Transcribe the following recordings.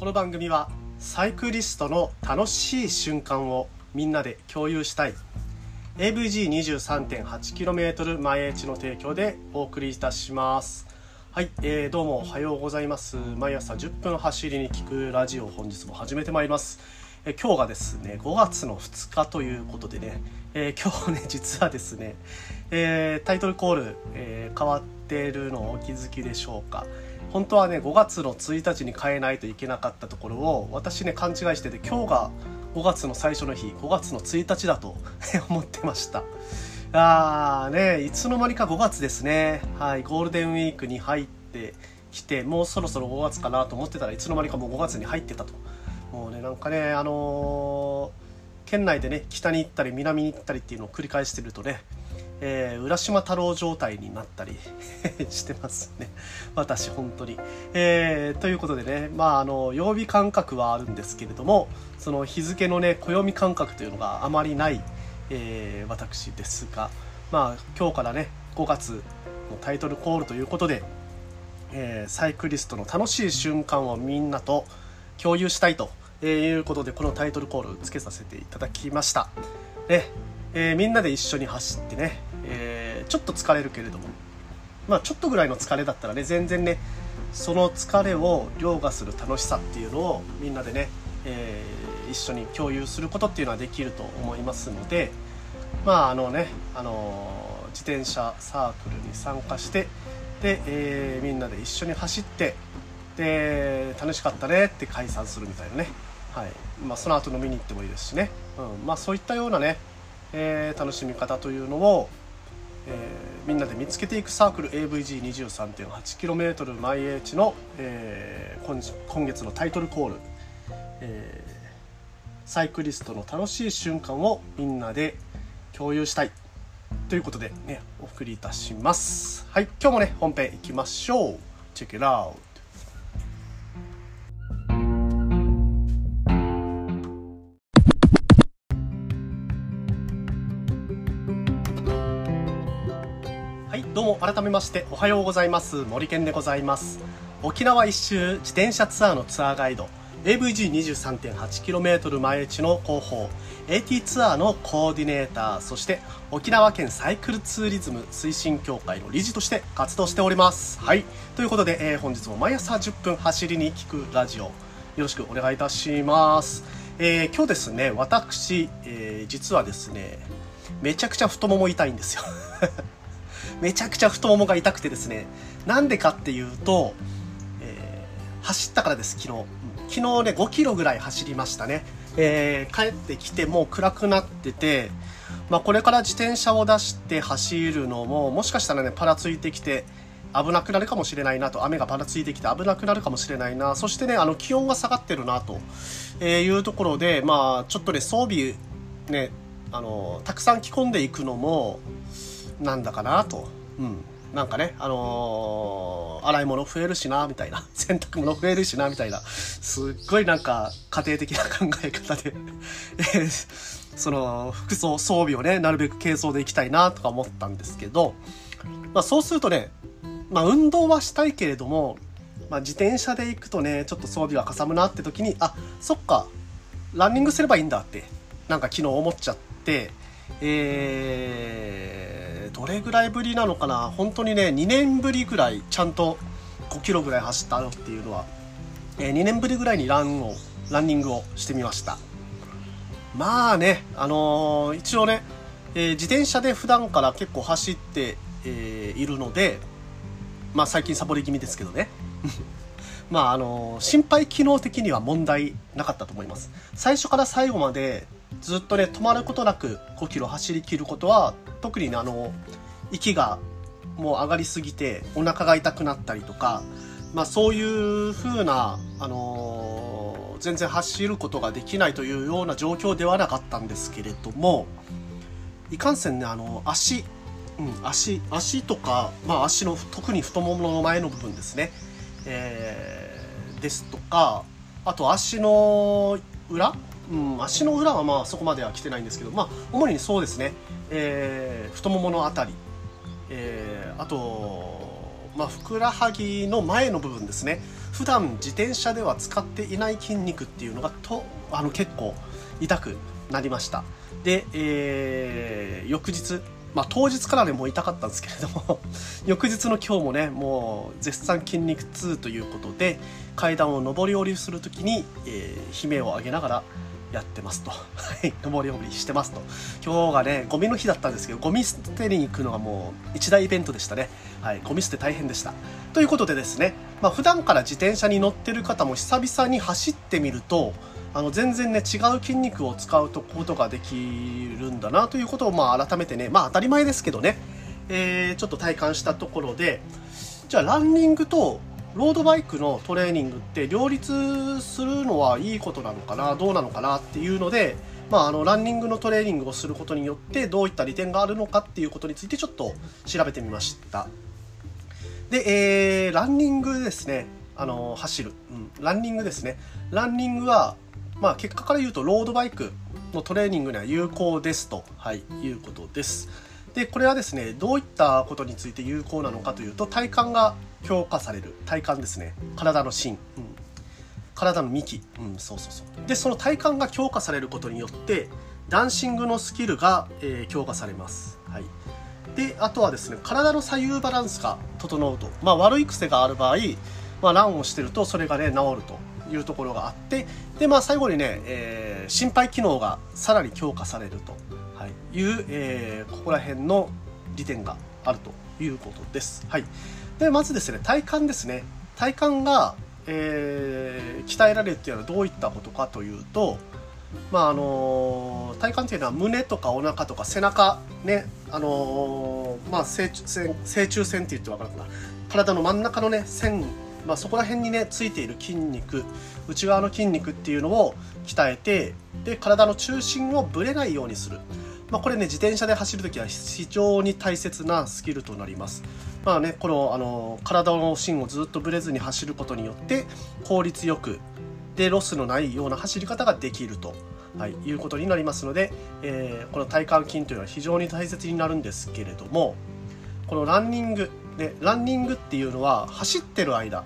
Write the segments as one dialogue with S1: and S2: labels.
S1: この番組はサイクリストの楽しい瞬間をみんなで共有したい AVG23.8km 毎日の提供でお送りいたします。はい、どうもおはようございます。毎朝10分走りに聞くラジオ、本日も始めてまいります。今日がですね5月の2日ということでね、今日ね実はですね、タイトルコール、変わっているのをお気づきでしょうか。本当はね5月の1日に変えないといけなかったところを私ね勘違いしてて、今日が5月の最初の日、5月の1日だと思ってました。いつの間にか5月ですね。はい、ゴールデンウィークに入ってきて、もうそろそろ5月かなと思ってたらいつの間にかもう5月に入ってたと。もうねなんかね県内でね北に行ったり南に行ったりっていうのを繰り返してるとね、浦島太郎状態になったりしてますね私本当に、ということでね、曜日感覚はあるんですけれども、その日付のね暦感覚というのがあまりない、私ですが、今日からね5月のタイトルコールということで、サイクリストの楽しい瞬間をみんなと共有したいということで、このタイトルコールつけさせていただきました。みんなで一緒に走ってね、ちょっと疲れるけれども、ちょっとぐらいの疲れだったらね全然ねその疲れを凌駕する楽しさっていうのをみんなでね、一緒に共有することっていうのはできると思いますので、自転車サークルに参加してで、みんなで一緒に走ってで楽しかったねって解散するみたいなね、その後飲みに行ってもいいですしね、そういったようなね、楽しみ方というのを、みんなで見つけていくサークル AVG23.8km 毎日の、今月のタイトルコール、サイクリストの楽しい瞬間をみんなで共有したいということでねお送りいたします。はい、今日もね本編いきましょう。チェックイットアウト。どうも改めましておはようございます。森健でございます。沖縄一周自転車ツアーのツアーガイド AVG23.8km 毎日の広報 AT ツアーのコーディネーター、そして沖縄県サイクルツーリズム推進協会の理事として活動しております。はい、ということで、本日も毎朝10分走りに聞くラジオよろしくお願いいたします。今日ですね私、実はですねめちゃくちゃ太もも痛いんですよめちゃくちゃ太ももが痛くてですね、なんでかっていうと、走ったからです。昨日ね5キロぐらい走りましたね。帰ってきてもう暗くなってて、これから自転車を出して走るのももしかしたらねパラついてきて危なくなるかもしれないなと、雨がパラついてきて危なくなるかもしれないな、そしてね気温が下がってるなというところで、ちょっとね装備ねたくさん着込んでいくのもなんだかなと、なんかね洗い物増えるしなみたいな、洗濯物増えるしなみたいな、すっごいなんか家庭的な考え方でその服装装備をねなるべく軽装でいきたいなとか思ったんですけど、そうするとね運動はしたいけれども、自転車で行くとねちょっと装備がかさむなって時に、そっかランニングすればいいんだってなんか昨日思っちゃって、どれぐらいぶりなのかな、本当にね2年ぶりぐらいちゃんと5キロぐらい走ったのっていうのは、2年ぶりぐらいにランニングをしてみました。一応ね、自転車で普段から結構走って、いるので、最近サボり気味ですけどね心肺機能的には問題なかったと思います。最初から最後までずっとね止まることなく5キロ走り切ることは、特にね息がもう上がりすぎてお腹が痛くなったりとか、そういう風な全然走ることができないというような状況ではなかったんですけれども、いかんせんね足とか、足の特に太ももの前の部分ですね、ですとか、あと足の裏、足の裏はそこまでは来てないんですけど、主にそうですね、太もものあたり、あとふくらはぎの前の部分ですね。普段自転車では使っていない筋肉っていうのが結構痛くなりました。で、翌日、当日からねもう痛かったんですけれども翌日の今日もねもう絶賛筋肉痛ということで、階段を上り下りするときに、悲鳴を上げながらやってますと上り下りしてますと。今日がねゴミの日だったんですけど、ゴミ捨てに行くのがもう一大イベントでしたね。ゴミ捨て大変でしたということでですね、普段から自転車に乗ってる方も久々に走ってみると全然ね違う筋肉を使うことができるんだなということを改めてね、当たり前ですけどね、ちょっと体感したところで、じゃあランニングとロードバイクのトレーニングって両立するのはいいことなのかな、どうなのかなっていうので、ランニングのトレーニングをすることによってどういった利点があるのかっていうことについてちょっと調べてみました。で、ランニングですね、走る、ランニングですね。ランニングは結果から言うとロードバイクのトレーニングには有効ですと、いうことです。でこれはですねどういったことについて有効なのかというと、体幹が強化される、体幹ですね、体の芯、体の幹、でその体幹が強化されることによってダンシングのスキルが、強化されます。であとはですね体の左右バランスが整うと、悪い癖がある場合、ランをしてるとそれがね治るというところがあって、で最後にね、心肺機能がさらに強化されるという、ここら辺の利点があるということです。でまずですね体幹ですね。体幹が、鍛えられるっていうのはどういったことかというと、体幹っていうのは胸とかお腹とか背中ね、正中線って言って分かるかな、体の真ん中のね線、そこら辺にねついている筋肉、内側の筋肉っていうのを鍛えて、で体の中心をぶれないようにする。これね自転車で走るときは非常に大切なスキルとなります。この体の芯をずっとぶれずに走ることによって効率よくでロスのないような走り方ができると、いうことになりますので、この体幹筋というのは非常に大切になるんですけれども、このランニングっていうのは走ってる間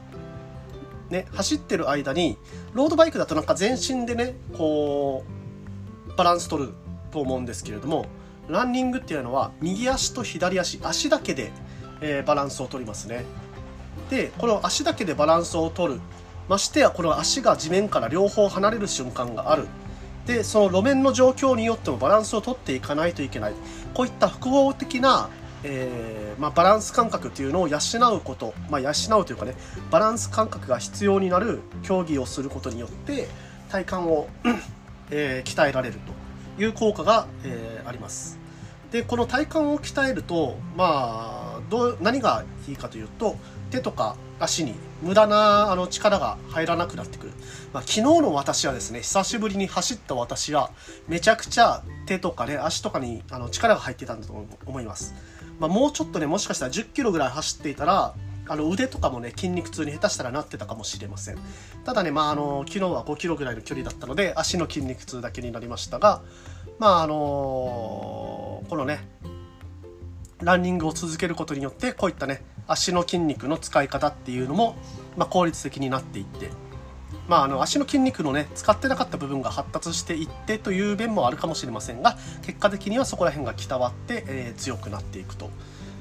S1: に、ロードバイクだとなんか全身でねこうバランス取ると思うんですけれども、ランニングっていうのは右足と左足だけで、バランスを取りますね。でこの足だけでバランスを取る、ましてやこの足が地面から両方離れる瞬間がある。でその路面の状況によってもバランスを取っていかないといけない、こういった複合的なバランス感覚っていうのを養うこと、養うというかね、バランス感覚が必要になる競技をすることによって体幹を、鍛えられるという効果が、あります。でこの体幹を鍛えると、何がいいかというと、手とか足に無駄な力が入らなくなってくる。昨日の私はですね、久しぶりに走った私はめちゃくちゃ手とかね足とかに力が入ってたんだと思います。もうちょっとね、もしかしたら10キロぐらい走っていたら腕とかもね筋肉痛に下手したらなってたかもしれません。ただね、昨日は5キロぐらいの距離だったので足の筋肉痛だけになりましたが、このねランニングを続けることによってこういったね足の筋肉の使い方っていうのも、効率的になっていって、足の筋肉のね使ってなかった部分が発達していってという面もあるかもしれませんが、結果的にはそこら辺が鍛わって、強くなっていくと。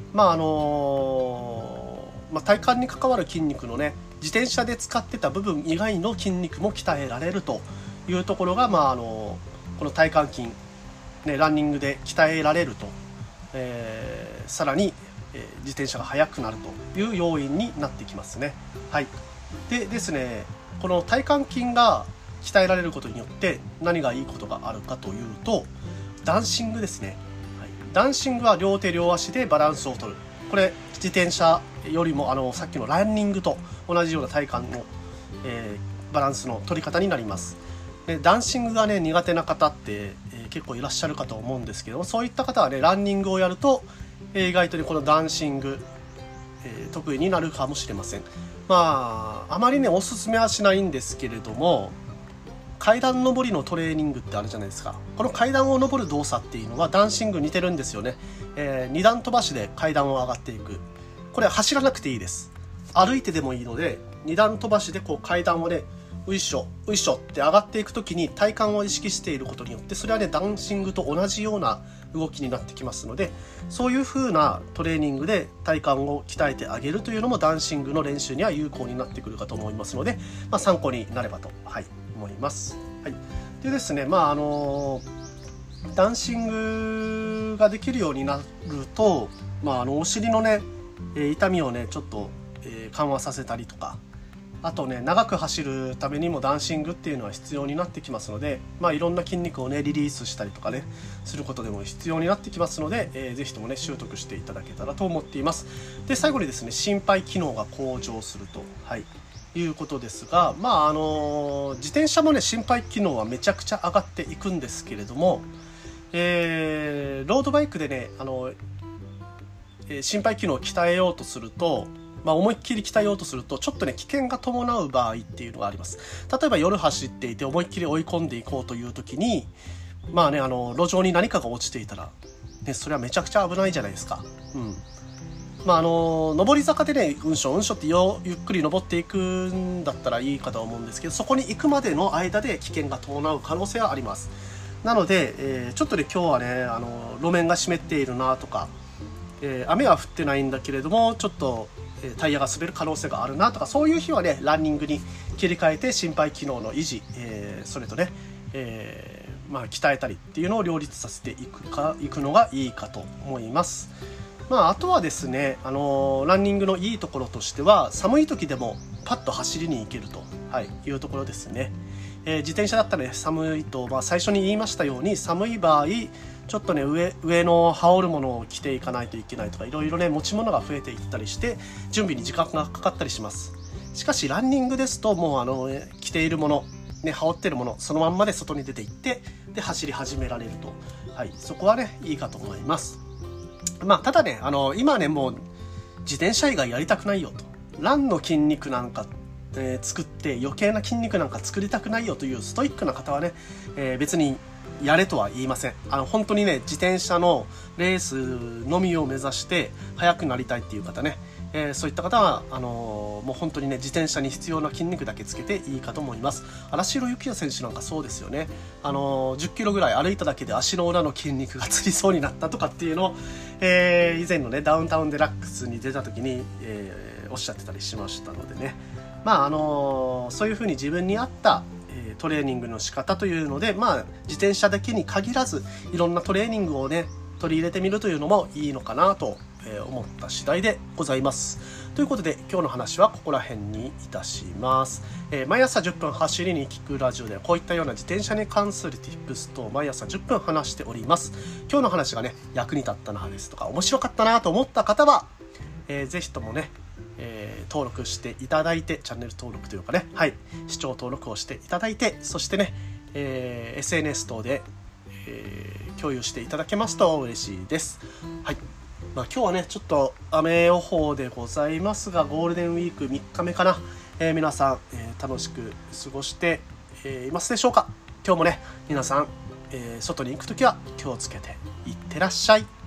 S1: 体幹に関わる筋肉のね自転車で使ってた部分以外の筋肉も鍛えられるというところが、この体幹筋、ランニングで鍛えられると、さらに、自転車が速くなるという要因になってきますね。でですね、この体幹筋が鍛えられることによって何がいいことがあるかというと、ダンシングですね。ダンシングは両手両足でバランスを取る。これ自転車よりもさっきのランニングと同じような体幹の、バランスの取り方になります。でダンシングがね苦手な方って、結構いらっしゃるかと思うんですけども、そういった方はねランニングをやると、意外とねこのダンシング、得意になるかもしれません。あまりねおすすめはしないんですけれども、階段上りのトレーニングってあるじゃないですか。この階段を上る動作っていうのはダンシング似てるんですよね。2段飛ばしで階段を上がっていく。 これ走らなくていいです。歩いてでもいいので、2段飛ばしでこう階段をね、ういしょういしょって上がっていくときに体幹を意識していることによって、それはねダンシングと同じような動きになってきますので、そういう風なトレーニングで体幹を鍛えてあげるというのもダンシングの練習には有効になってくるかと思いますので、参考になればと、思います。でですね、ダンシングができるようになると、お尻のね痛みをねちょっと緩和させたりとか、あとね長く走るためにもダンシングっていうのは必要になってきますので、いろんな筋肉をねリリースしたりとかねすることでも必要になってきますので、ぜひともね習得していただけたらと思っています。で最後にですね、心肺機能が向上すると、いうことですが、自転車もね心肺機能はめちゃくちゃ上がっていくんですけれども、ロードバイクでね心肺機能を鍛えようとすると、思いっきり鍛えようとするとちょっとね危険が伴う場合っていうのがあります。例えば夜走っていて思いっきり追い込んでいこうという時に、路上に何かが落ちていたら、それはめちゃくちゃ危ないじゃないですか。上り坂でねうんしょうんしょってゆっくり登っていくんだったらいいかと思うんですけど、そこに行くまでの間で危険が伴う可能性はあります。なので、ちょっとね今日はね路面が湿っているなとか、雨は降ってないんだけれどもちょっとタイヤが滑る可能性があるなとか、そういう日はねランニングに切り替えて心肺機能の維持、それとね、鍛えたりっていうのを両立させていくのがいいかと思います。あとはですね、ランニングのいいところとしては、寒い時でもパッと走りに行けると、いうところですね。自転車だったらね寒いと、最初に言いましたように、寒い場合ちょっとね上の羽織るものを着ていかないといけないとか、いろいろね持ち物が増えていったりして準備に時間がかかったりします。しかしランニングですともう着ているもの、羽織ってるものそのまんまで外に出て行ってで走り始められると、そこはねいいかと思います。ただね今ねもう自転車以外やりたくないよと、ランの筋肉なんか作って余計な筋肉なんか作りたくないよというストイックな方はね、別にやれとは言いません。本当にね自転車のレースのみを目指して速くなりたいっていう方ね、そういった方はもう本当にね自転車に必要な筋肉だけつけていいかと思います。荒城幸也選手なんかそうですよね。10キロぐらい歩いただけで足の裏の筋肉がつりそうになったとかっていうのを、以前のねダウンタウンデラックスに出た時に、おっしゃってたりしましたのでね、そういう風に自分に合ったトレーニングの仕方というので、自転車だけに限らずいろんなトレーニングをね取り入れてみるというのもいいのかなと思った次第でございます。ということで今日の話はここら辺にいたします。毎朝10分走りに聞くラジオではこういったような自転車に関する Tips と毎朝10分話しております。今日の話がね役に立ったなですとか面白かったなと思った方は、ぜひともね登録していただいて、チャンネル登録というかね、視聴登録をしていただいて、そしてね、SNS 等で、共有していただけますと嬉しいです。今日はねちょっと雨予報でございますが、ゴールデンウィーク3日目かな、皆さん、楽しく過ごして、いますでしょうか。今日もね皆さん、外に行くときは気をつけていってらっしゃい。